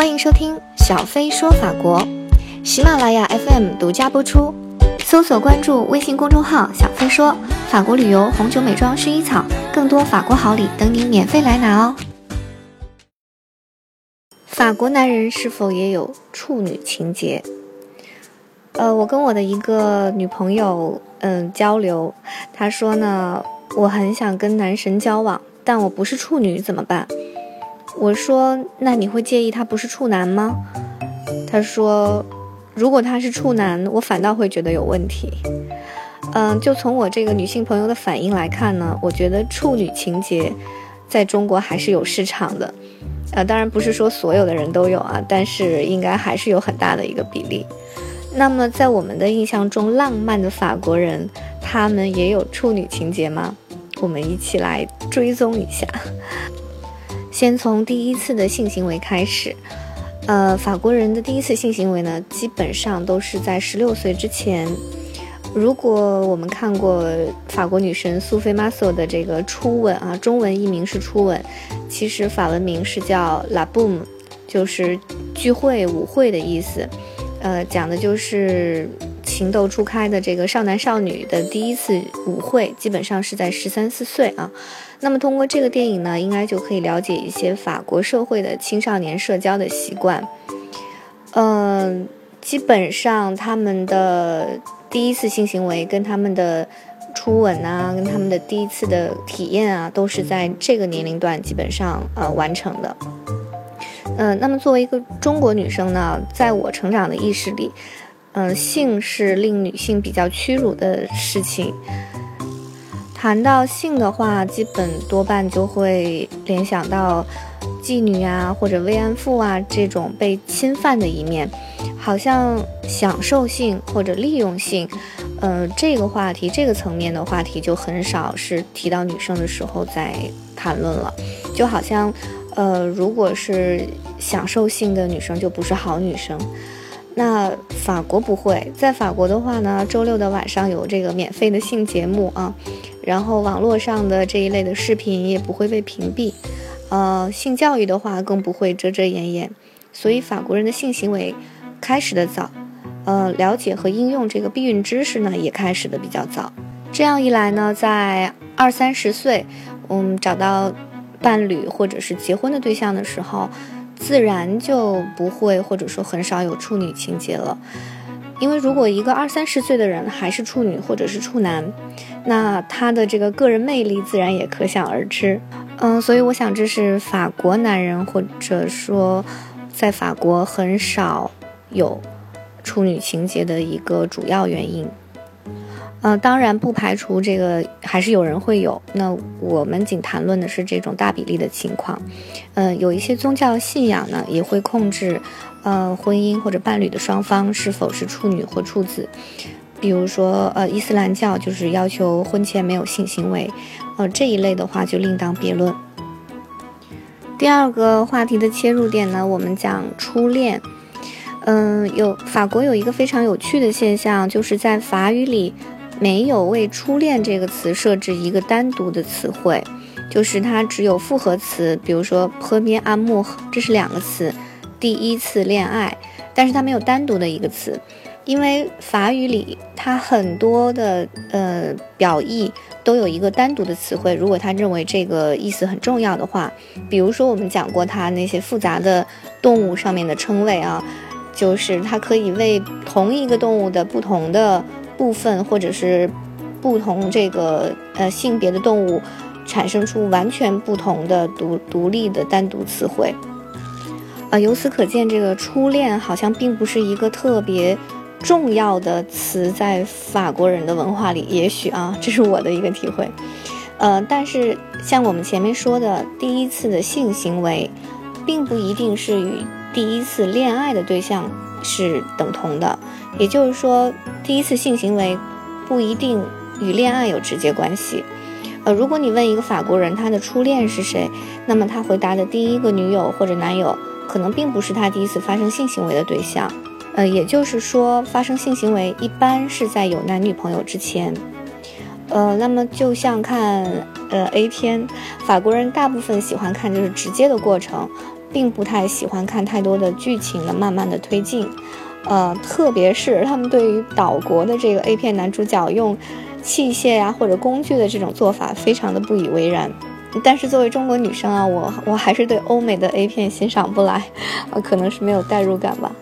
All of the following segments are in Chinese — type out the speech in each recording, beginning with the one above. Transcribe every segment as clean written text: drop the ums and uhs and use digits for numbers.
欢迎收听小飞说法国，喜马拉雅 FM 独家播出，搜索关注微信公众号小飞说，法国旅游、红酒、美妆、薰衣草，更多法国好礼等你免费来拿哦。法国男人是否也有处女情节？我跟我的一个女朋友交流，她说呢，我很想跟男神交往，但我不是处女怎么办？我说那你会介意他不是处男吗？她说如果他是处男，我反倒会觉得有问题。就从我这个女性朋友的反应来看呢，我觉得处女情节在中国还是有市场的。当然不是说所有的人都有啊，但是应该还是有很大的一个比例。那么在我们的印象中，浪漫的法国人他们也有处女情节吗？我们一起来追踪一下。先从第一次的性行为开始。法国人的第一次性行为呢，基本上都是在16岁之前。如果我们看过法国女神苏菲玛索的这个初吻啊，中文译名是初吻，其实法文名是叫 La Boum， 就是聚会舞会的意思。讲的就是情窦初开的这个少男少女的第一次舞会，基本上是在13、14岁啊。那么通过这个电影呢，应该就可以了解一些法国社会的青少年社交的习惯。基本上他们的第一次性行为跟他们的初吻啊，跟他们的第一次的体验啊，都是在这个年龄段基本上完成的。那么作为一个中国女生呢，在我成长的意识里，性是令女性比较屈辱的事情。谈到性的话，基本多半就会联想到妓女啊，或者慰安妇啊这种被侵犯的一面，好像享受性或者利用性，这个话题，这个层面的话题就很少是提到女生的时候在谈论了，就好像如果是享受性的女生就不是好女生。那法国不会，在法国的话呢，周六的晚上有这个免费的性节目啊，然后网络上的这一类的视频也不会被屏蔽，性教育的话更不会遮遮掩掩，所以法国人的性行为开始的早，了解和应用这个避孕知识呢也开始的比较早。这样一来呢，在20、30岁，找到伴侣或者是结婚的对象的时候，自然就不会或者说很少有处女情节了。因为如果一个20、30岁的人还是处女或者是处男，那他的这个个人魅力自然也可想而知。所以我想这是法国男人或者说在法国很少有处女情节的一个主要原因。当然不排除这个还是有人会有，那我们仅谈论的是这种大比例的情况。有一些宗教信仰呢也会控制婚姻或者伴侣的双方是否是处女或处子。比如说伊斯兰教就是要求婚前没有性行为，这一类的话就另当别论。第二个话题的切入点呢，我们讲初恋。法国有一个非常有趣的现象，就是在法语里没有为初恋这个词设置一个单独的词汇，就是它只有复合词，比如说 premier amour， 这是2个词，第一次恋爱，但是它没有单独的一个词。因为法语里它很多的表意都有一个单独的词汇，如果他认为这个意思很重要的话，比如说我们讲过它那些复杂的动物上面的称谓啊，就是它可以为同一个动物的不同的部分或者是不同这个性别的动物产生出完全不同的独立的单独词汇。由此可见，这个初恋好像并不是一个特别重要的词在法国人的文化里，也许啊，这是我的一个体会。但是像我们前面说的，第一次的性行为并不一定是与第一次恋爱的对象是等同的，也就是说第一次性行为不一定与恋爱有直接关系。如果你问一个法国人他的初恋是谁，那么他回答的第一个女友或者男友可能并不是他第一次发生性行为的对象。也就是说发生性行为一般是在有男女朋友之前。那么就像看A 片，法国人大部分喜欢看就是直接的过程， 并不太喜欢看太多的剧情的慢慢的推进，特别是他们对于岛国的这个 A 片男主角用器械呀或者工具的这种做法非常的不以为然。但是作为中国女生啊，我还是对欧美的 A 片欣赏不来，可能是没有代入感吧。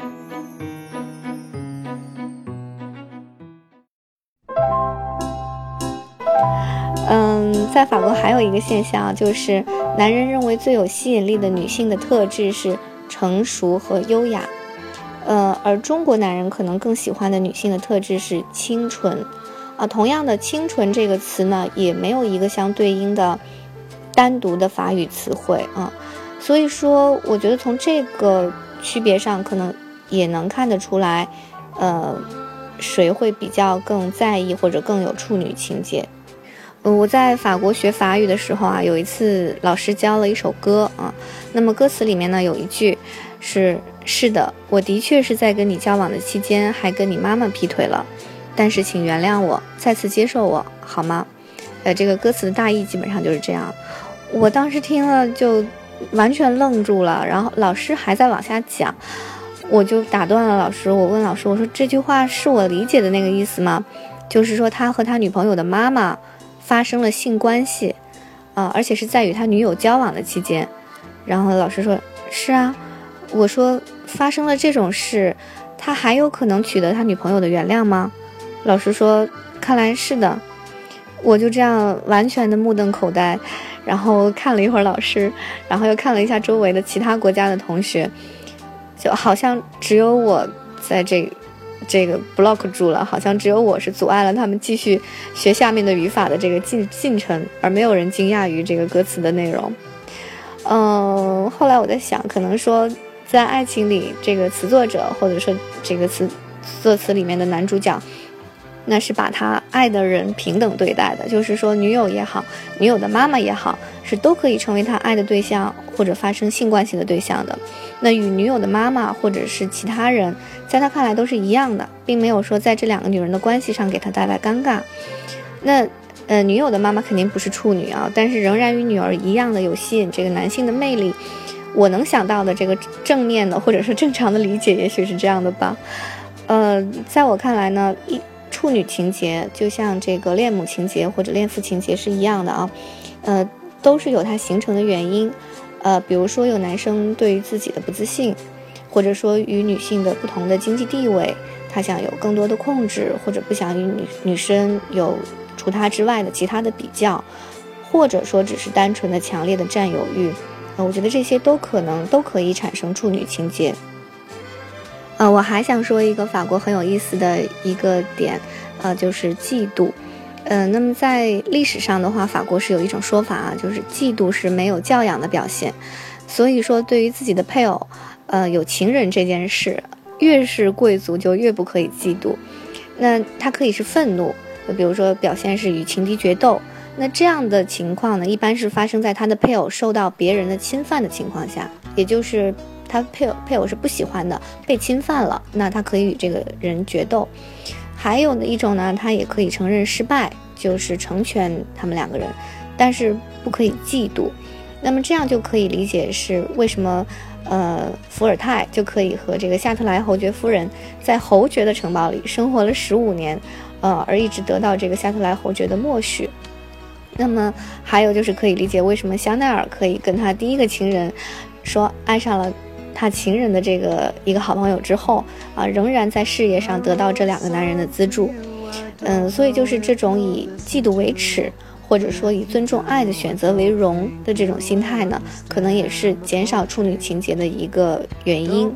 在法国还有一个现象，就是男人认为最有吸引力的女性的特质是成熟和优雅，而中国男人可能更喜欢的女性的特质是清纯。同样的，清纯这个词呢，也没有一个相对应的单独的法语词汇啊，所以说我觉得从这个区别上，可能也能看得出来，谁会比较更在意或者更有处女情节。我在法国学法语的时候啊，有一次老师教了一首歌啊，那么歌词里面呢有一句是的，我的确是在跟你交往的期间还跟你妈妈劈腿了，但是请原谅我，再次接受我好吗？这个歌词的大意基本上就是这样。我当时听了就完全愣住了，然后老师还在往下讲，我就打断了老师，我问老师，我说这句话是我理解的那个意思吗？就是说他和他女朋友的妈妈发生了性关系，而且是在与他女友交往的期间。然后老师说是啊。我说发生了这种事，他还有可能取得他女朋友的原谅吗？老师说看来是的。我就这样完全的目瞪口呆，然后看了一会儿老师，然后又看了一下周围的其他国家的同学，就好像只有我在这个 block 住了，好像只有我是阻碍了他们继续学下面的语法的这个进程，而没有人惊讶于这个歌词的内容。后来我在想，可能说在爱情里，这个词作者或者说这个作词里面的男主角，那是把他爱的人平等对待的，就是说女友也好，女友的妈妈也好，是都可以成为他爱的对象或者发生性关系的对象的。那与女友的妈妈或者是其他人，在他看来都是一样的，并没有说在这两个女人的关系上给他带来尴尬。那女友的妈妈肯定不是处女啊，但是仍然与女儿一样的有吸引这个男性的魅力。我能想到的这个正面的或者是正常的理解，也许是这样的吧。在我看来呢，处女情节就像这个恋母情节或者恋父情节是一样的啊，都是有它形成的原因。比如说有男生对于自己的不自信，或者说与女性的不同的经济地位，他想有更多的控制，或者不想与女生有除他之外的其他的比较，或者说只是单纯的强烈的占有欲。我觉得这些都可以产生处女情节。我还想说一个法国很有意思的一个点，就是嫉妒。那么在历史上的话，法国是有一种说法啊，就是嫉妒是没有教养的表现。所以说对于自己的配偶有情人这件事，越是贵族就越不可以嫉妒。那他可以是愤怒，比如说表现是与情敌决斗，那这样的情况呢，一般是发生在他的配偶受到别人的侵犯的情况下，也就是他配偶是不喜欢的，被侵犯了，那他可以与这个人决斗。还有一种呢，他也可以承认失败，就是成全他们两个人，但是不可以嫉妒。那么这样就可以理解是为什么伏尔泰就可以和这个夏特莱侯爵夫人在侯爵的城堡里生活了15年，而一直得到这个夏特莱侯爵的默许。那么还有就是可以理解为什么香奈儿可以跟他第一个情人说爱上了他情人的这个一个好朋友之后仍然在事业上得到这两个男人的资助。所以就是这种以嫉妒为耻，或者说以尊重爱的选择为荣的这种心态呢，可能也是减少处女情节的一个原因。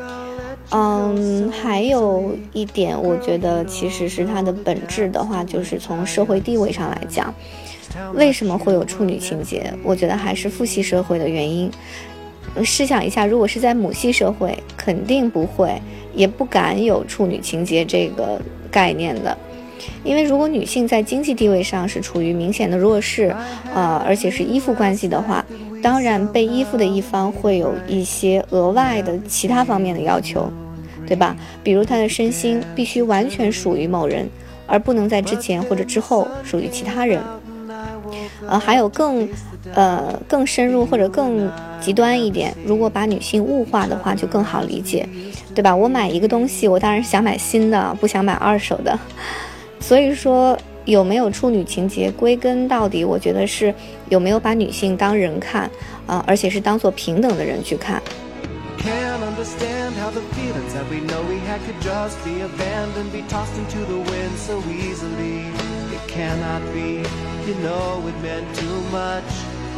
还有一点我觉得其实是它的本质的话，就是从社会地位上来讲，为什么会有处女情节，我觉得还是父系社会的原因。试想一下，如果是在母系社会，肯定不会也不敢有处女情节这个概念的。因为如果女性在经济地位上是处于明显的弱势，而且是依附关系的话，当然被依附的一方会有一些额外的其他方面的要求，对吧？比如她的身心必须完全属于某人，而不能在之前或者之后属于其他人。还有更深入或者更极端一点，如果把女性物化的话，就更好理解，对吧？我买一个东西，我当然是想买新的，不想买二手的。所以说，有没有处女情节，归根到底，我觉得是有没有把女性当人看，而且是当做平等的人去看。 Can't understand how the feelings that we know we had could just be abandoned, be tossed into the wind so easily. It cannot be, you know it meant too much.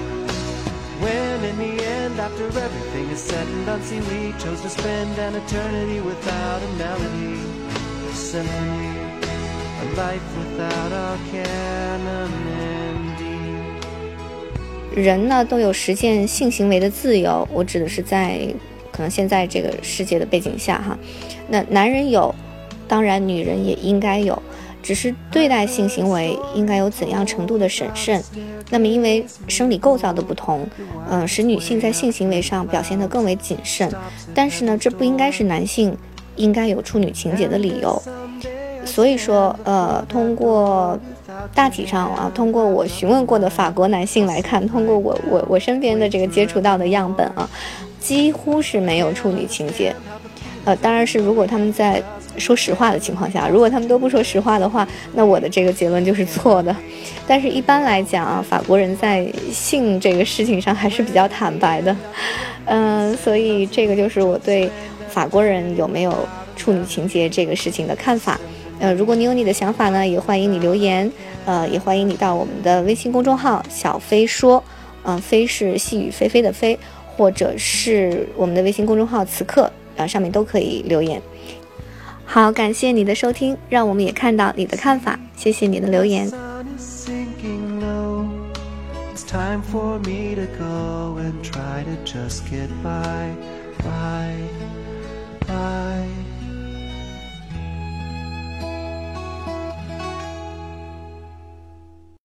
When in the end, after everything is said and done, see we chose to spend an eternity without a melody, a symphony, a life without our canon ending. 人呢都有实践性行为的自由，我指的是在可能现在这个世界的背景下哈，那男人有，当然女人也应该有，只是对待性行为应该有怎样程度的审慎。那么因为生理构造的不同，使女性在性行为上表现得更为谨慎，但是呢，这不应该是男性应该有处女情节的理由。所以说，通过大体上啊，通过我询问过的法国男性来看，通过我身边的这个接触到的样本啊，几乎是没有处女情节。当然是如果他们在说实话的情况下，如果他们都不说实话的话，那我的这个结论就是错的。但是一般来讲啊，法国人在性这个事情上还是比较坦白的。所以这个就是我对法国人有没有处女情节这个事情的看法。如果你有你的想法呢，也欢迎你留言，也欢迎你到我们的微信公众号小飞说，飞是细雨霏霏的飞，或者是我们的微信公众号此刻，上面都可以留言。好，感谢你的收听，让我们也看到你的看法，谢谢你的留言。Time for me to go and try to just get by.